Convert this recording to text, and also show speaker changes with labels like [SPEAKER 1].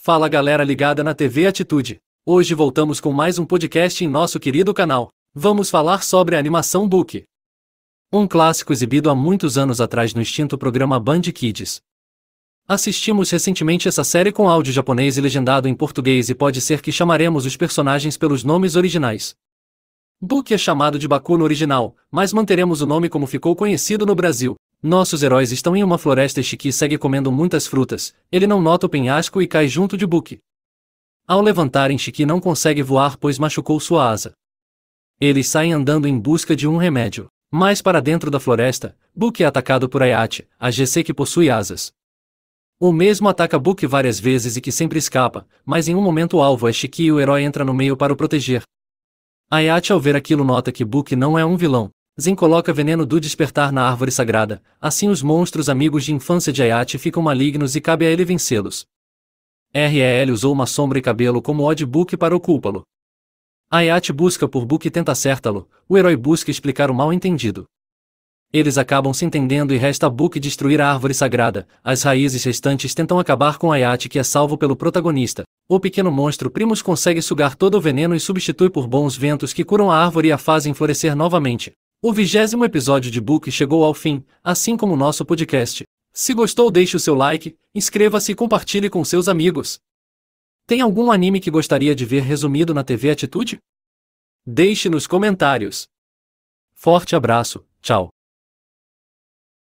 [SPEAKER 1] Fala galera ligada na TV Atitude. Hoje voltamos com mais um podcast em nosso querido canal. Vamos falar sobre a animação Book. Um clássico exibido há muitos anos atrás no extinto programa Band Kids. Assistimos recentemente essa série com áudio japonês e legendado em português e pode ser que chamaremos os personagens pelos nomes originais. Book é chamado de Baku no original, mas manteremos o nome como ficou conhecido no Brasil. Nossos heróis estão em uma floresta e Shiki segue comendo muitas frutas. Ele não nota o penhasco e cai junto de Book. Ao levantarem, Shiki não consegue voar pois machucou sua asa. Eles saem andando em busca de um remédio. Mais para dentro da floresta, Book é atacado por Ayachi, a GC que possui asas. O mesmo ataca Book várias vezes e que sempre escapa, mas em um momento o alvo é Shiki e o herói entra no meio para o proteger. Ayachi ao ver aquilo nota que Book não é um vilão. Zen coloca veneno do despertar na árvore sagrada, assim os monstros amigos de infância de Ayachi ficam malignos e cabe a ele vencê-los. Rel usou uma sombra e cabelo como ode Book para ocupá-lo. Ayachi busca por Book e tenta acertá-lo, o herói busca explicar o mal-entendido. Eles acabam se entendendo e resta a Book destruir a árvore sagrada. As raízes restantes tentam acabar com Ayachi que é salvo pelo protagonista. O pequeno monstro Primus consegue sugar todo o veneno e substitui por bons ventos que curam a árvore e a fazem florescer novamente. O 20º episódio de Book chegou ao fim, assim como o nosso podcast. Se gostou, deixe o seu like, inscreva-se e compartilhe com seus amigos. Tem algum anime que gostaria de ver resumido na TV Atitude? Deixe nos comentários. Forte abraço, tchau.